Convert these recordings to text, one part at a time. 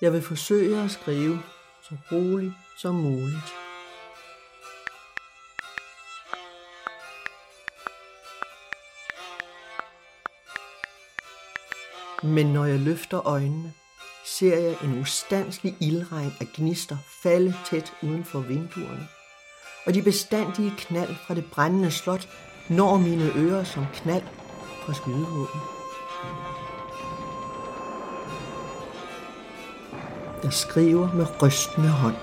Jeg vil forsøge at skrive så roligt som muligt. Men når jeg løfter øjnene, ser jeg en ustandelig ildregn af gnister falde tæt uden for vinduerne, og de bestandige knald fra det brændende slot når mine ører som knald fra skydevåben. Jeg skriver med rystende hånd.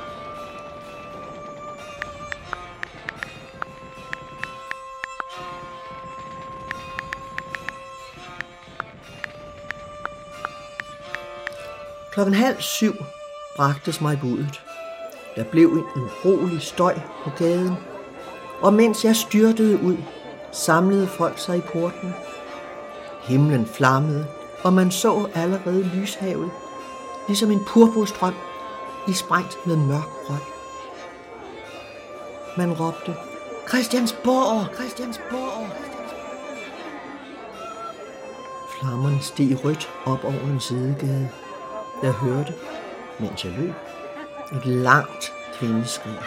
Klokken 6:30 bragtes mig budet. Der blev en urolig støj på gaden, og mens jeg styrtede ud, samlede folk sig i porten. Himlen flammede, og man så allerede lyshavet, ligesom en purpurstrøm, isprængt med mørk røg. Man råbte, Christiansborg! Christiansborg! Flammerne steg rødt op over en sidegade. Jeg hørte, mens jeg løb, et langt kvindeskrig.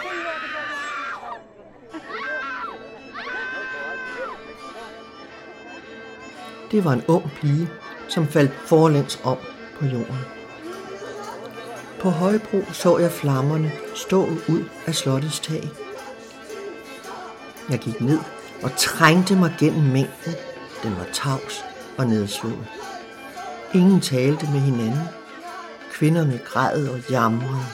Det var en ung pige, som faldt forlæns om på jorden. På Højbro så jeg flammerne stå ud af slottets tag. Jeg gik ned og trængte mig gennem mængden. Den var tavs og nedslået. Ingen talte med hinanden. Kvinderne græd og jamrede.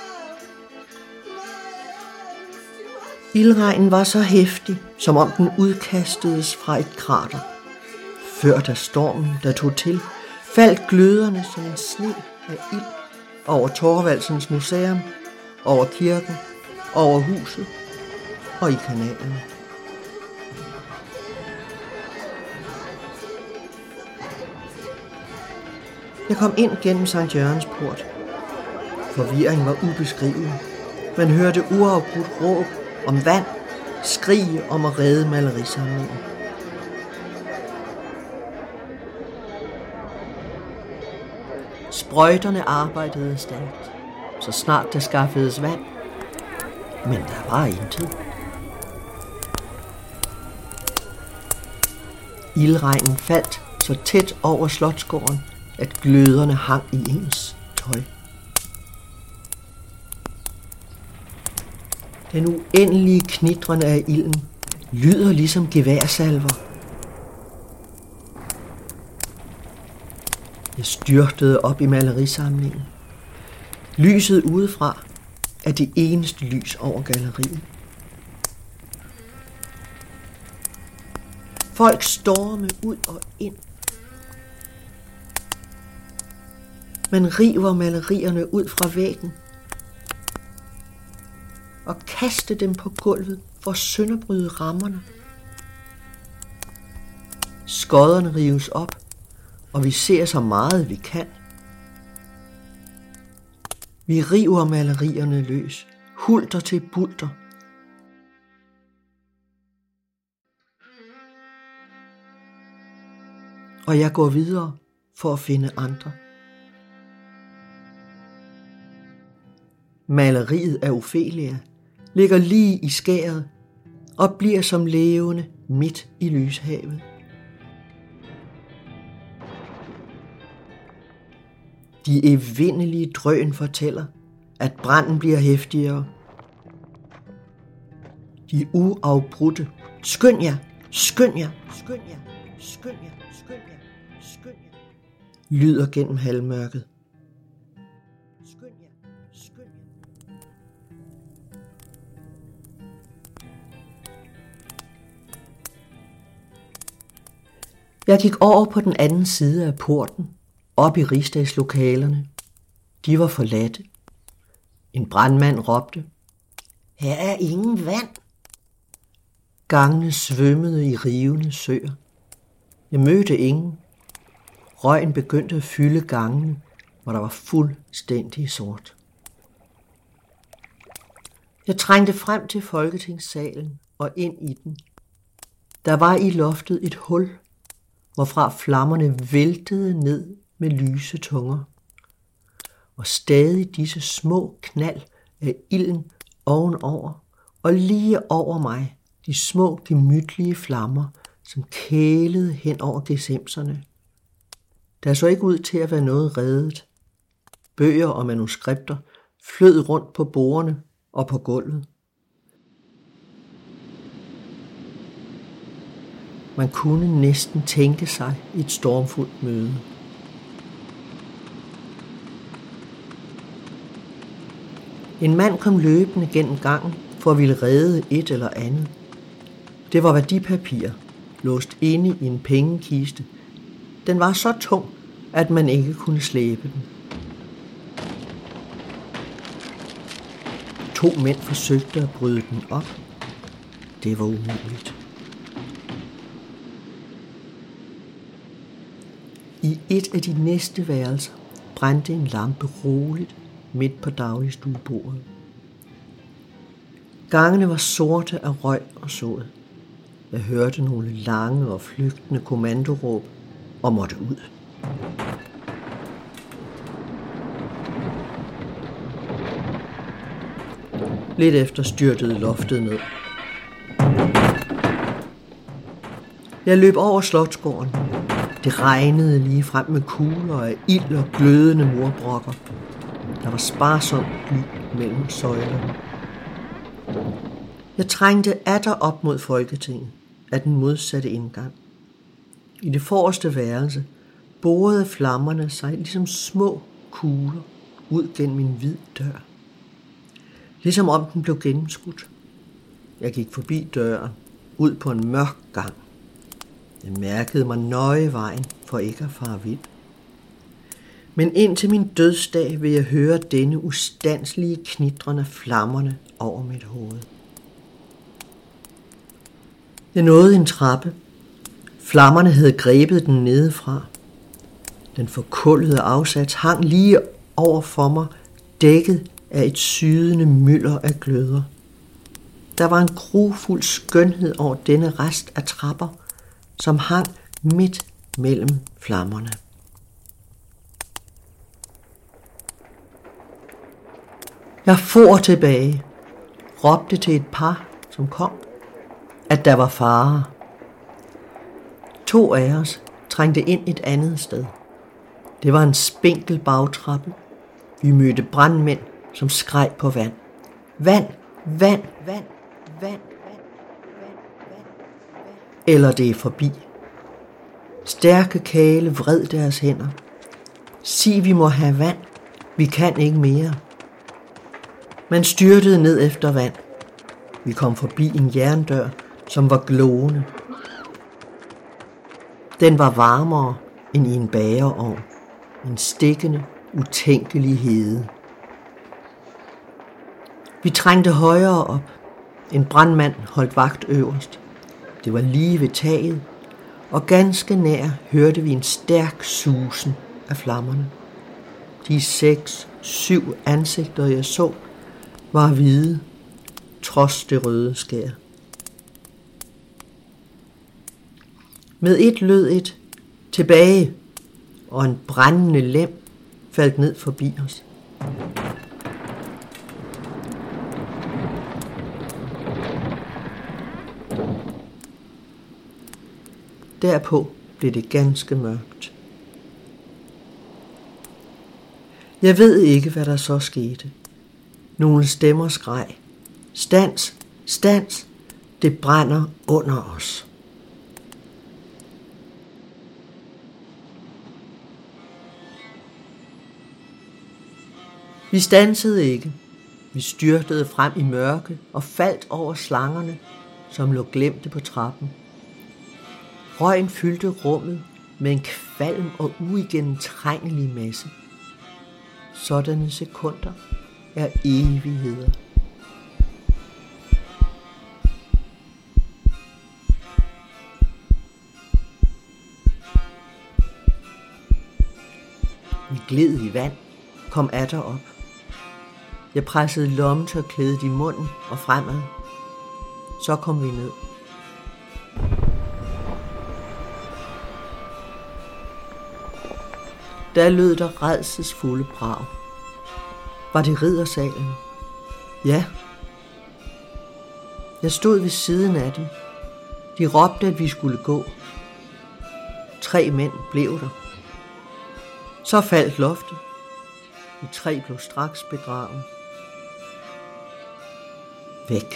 Ildregnen var så heftig, som om den udkastedes fra et krater. Før da stormen, der tog til, faldt gløderne som en sne af ild over Thorvaldsens Museum, over kirken, over huset og i kanalen. Jeg kom ind gennem Sankt Jørgens port. Forvirringen var ubeskrivelig. Man hørte uafbrudt råb om vand, skrig om at redde malerisamlingen. Sprøjterne arbejdede stærkt, så snart der skaffedes vand. Men der var intet. Ildregnen faldt så tæt over Slotsgården, at gløderne hang i ens tøj. Den uendelige knitrende af ilden lyder ligesom geværsalver. Jeg styrtede op i malerisamlingen. Lyset udefra er det eneste lys over galleriet. Folk storme ud og ind. Man river malerierne ud fra væggen og kaster dem på gulvet for at sønderbryde rammerne. Skodderne rives op, og vi ser så meget vi kan. Vi river malerierne løs, hulter til bulter. Og jeg går videre for at finde andre. Maleriet af Ofelia ligger lige i skæret og bliver som levende midt i lyshavet. De evindelige drøn fortæller, at branden bliver heftigere. De uafbrudte, skynd jer, skynd jer, skynd jer, skynd jer, skynd jer, skynd jer, lyder gennem halvmørket. Skynd jer, skynd jer. Jeg gik over på den anden side af porten, op i rigsdagslokalerne. De var forladte. En brandmand råbte, her er ingen vand. Gangene svømmede i rivende søer. Jeg mødte ingen. Røgen begyndte at fylde gangene, hvor der var fuldstændig sort. Jeg trængte frem til Folketingssalen og ind i den. Der var i loftet et hul, hvorfra flammerne væltede ned med lyse tunger. og stadig disse små knald af ilden ovenover, og lige over mig de små gemytlige flammer, som kælede hen over gesimserne. Der så ikke ud til at være noget reddet. Bøger og manuskripter flød rundt på bordene og på gulvet. Man kunne næsten tænke sig et stormfuldt møde. En mand kom løbende gennem gangen for at ville redde et eller andet. Det var værdipapir, låst inde i en pengekiste. Den var så tung, at man ikke kunne slæbe den. 2 mænd forsøgte at bryde den op. Det var umuligt. I et af de næste værelser brændte en lampe roligt midt på dagligstuebordet. Gangene var sorte af røg og sod. Jeg hørte nogle lange og flygtende kommandoråb og måtte ud. Lidt efter styrtede loftet ned. Jeg løb over Slotsgården. Det regnede lige frem med kugler af ild og glødende murbrokker. Der var sparsomt ly mellem søjlerne. Jeg trængte atter op mod Folketinget af den modsatte indgang. I det forreste værelse borede flammerne sig ligesom små kugler ud gennem en hvid dør. Ligesom om den blev gennemskudt. Jeg gik forbi døren, ud på en mørk gang. Jeg mærkede mig nøje vejen for ikke at fare vild. Men indtil min dødsdag vil jeg høre denne ustandslige knitren af flammerne over mit hoved. Jeg nåede en trappe. Flammerne havde grebet den nedefra. Den forkullede afsats hang lige over for mig, dækket af et sydende mylder af gløder. Der var en grufuld skønhed over denne rest af trapper, som hang midt mellem flammerne. Jeg for tilbage, råbte til et par, som kom, at der var fare. 2 af os trængte ind et andet sted. Det var en spinkel bagtrappe. Vi mødte brandmænd, som skreg på vand. Vand, vand, vand, vand, vand, vand. Eller det er forbi. Stærke kale vred deres hænder. Sig, vi må have vand. Vi kan ikke mere. Man styrtede ned efter vand. Vi kom forbi en jerndør, som var glående. Den var varmere end i en bagerovn. En stikkende, utænkelig hede. Vi trængte højere op. En brandmand holdt vagt øverst. Det var lige ved taget, og ganske nær hørte vi en stærk susen af flammerne. De 6-7 ansigter, jeg så, var hvide, trods det røde skær. Med et lød et tilbage, og en brændende lem faldt ned forbi os. Derpå blev det ganske mørkt. Jeg ved ikke, hvad der så skete. Nogle stemmer skreg. Stands, stands, det brænder under os. Vi standsede ikke. Vi styrtede frem i mørke og faldt over slangerne, som lå glemte på trappen. Røgen fyldte rummet med en kvalm og uigennemtrængelig masse. Sådanne sekunder er evigheder. Vi gled i vand, kom atter op. Jeg pressede lommetørklædet i munden og fremad. Så kom vi ned. Der lød der rædselsfulde brag. Var det riddersalen? Ja. Jeg stod ved siden af dem. De råbte, at vi skulle gå. 3 mænd blev der. Så faldt loftet. De 3 blev straks begravet. Væk.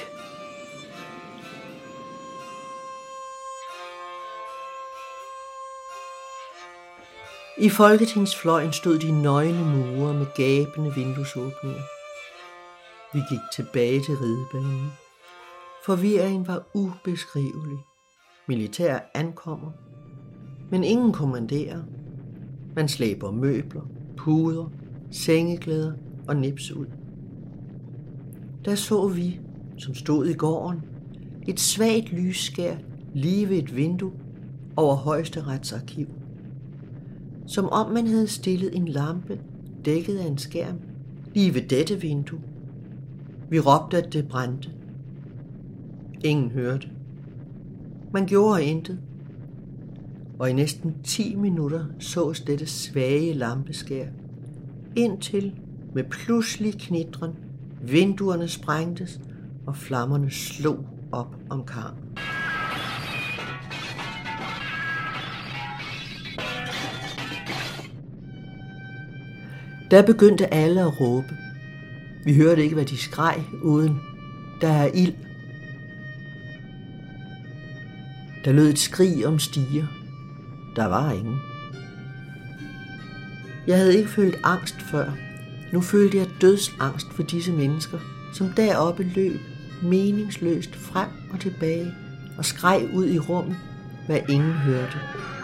I Folketingsfløjen stod de nøgne mure med gabende vinduesåbninger. Vi gik tilbage til ridebanen. Forvirringen var ubeskrivelig. Militær ankommer, men ingen kommanderer. Man slæber møbler, puder, sengeklæder og nips ud. Der så vi, som stod i gården, et svagt lysskær lige ved et vindue over Højesteretsarkiv. Som om man havde stillet en lampe dækket af en skærm lige ved dette vindue. Vi råbte, at det brændte. Ingen hørte. Man gjorde intet. Og i næsten 10 minutter sås dette svage lampeskær, indtil med pludselig knitren vinduerne sprængtes, og flammerne slog op om karmen. Der begyndte alle at råbe. Vi hørte ikke, hvad de skreg, uden der er ild. Der lød et skrig om stiger. Der var ingen. Jeg havde ikke følt angst før. Nu følte jeg dødsangst for disse mennesker, som deroppe løb meningsløst frem og tilbage og skreg ud i rummet, hvad ingen hørte.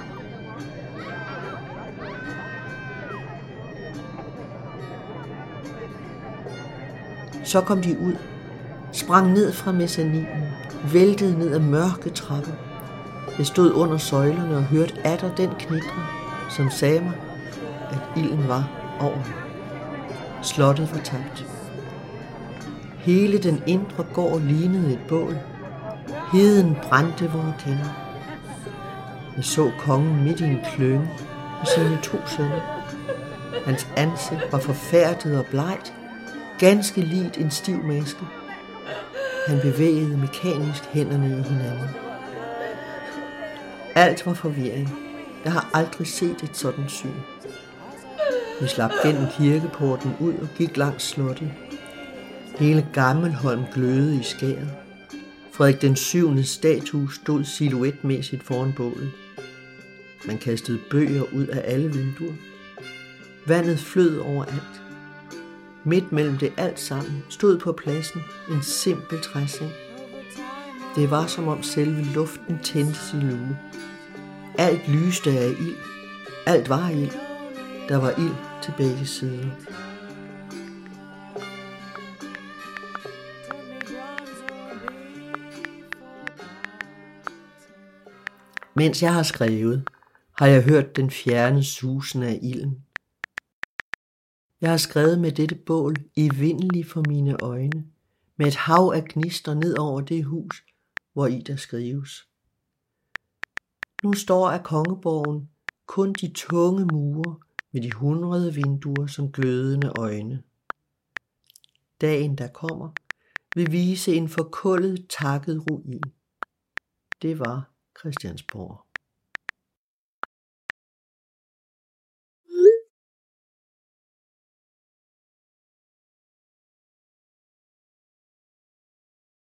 Så kom de ud, sprang ned fra mezzaninen, væltede ned ad mørke trapper. Jeg stod under søjlerne og hørte atter den knitren, som sagde mig, at ilden var over. Slottet var tabt. Hele den indre gård lignede et bål. Heden brændte vore kender. Jeg så kongen midt i en klønge med sine 2 sønner. Hans ansigt var forfærdet og blegt, ganske ligt en stiv maske. Han bevægede mekanisk hænderne i hinanden. Alt var forvirring. Jeg har aldrig set et sådan syn. Vi slap gennem kirkeporten ud og gik langs slottet. Hele Gammelholm glødede i skæret. Frederik den 7. statue stod silhuetmæssigt foran bålet. Man kastede bøger ud af alle vinduer. Vandet flød overalt. Midt mellem det alt sammen stod på pladsen en simpel træseng. Det var som om selve luften tændtes i lue. Alt lyste af ild. Alt var ild. Der var ild til begge sider. Mens jeg har skrevet, har jeg hørt den fjerne susen af ilden. Jeg har skrevet med dette bål evindeligt for mine øjne, med et hav af gnister ned over det hus, hvor i der skrives. Nu står af kongeborgen kun de tunge mure med de 100 vinduer som glødende øjne. Dagen, der kommer, vil vise en forkullet takket ruin. Det var Christiansborg.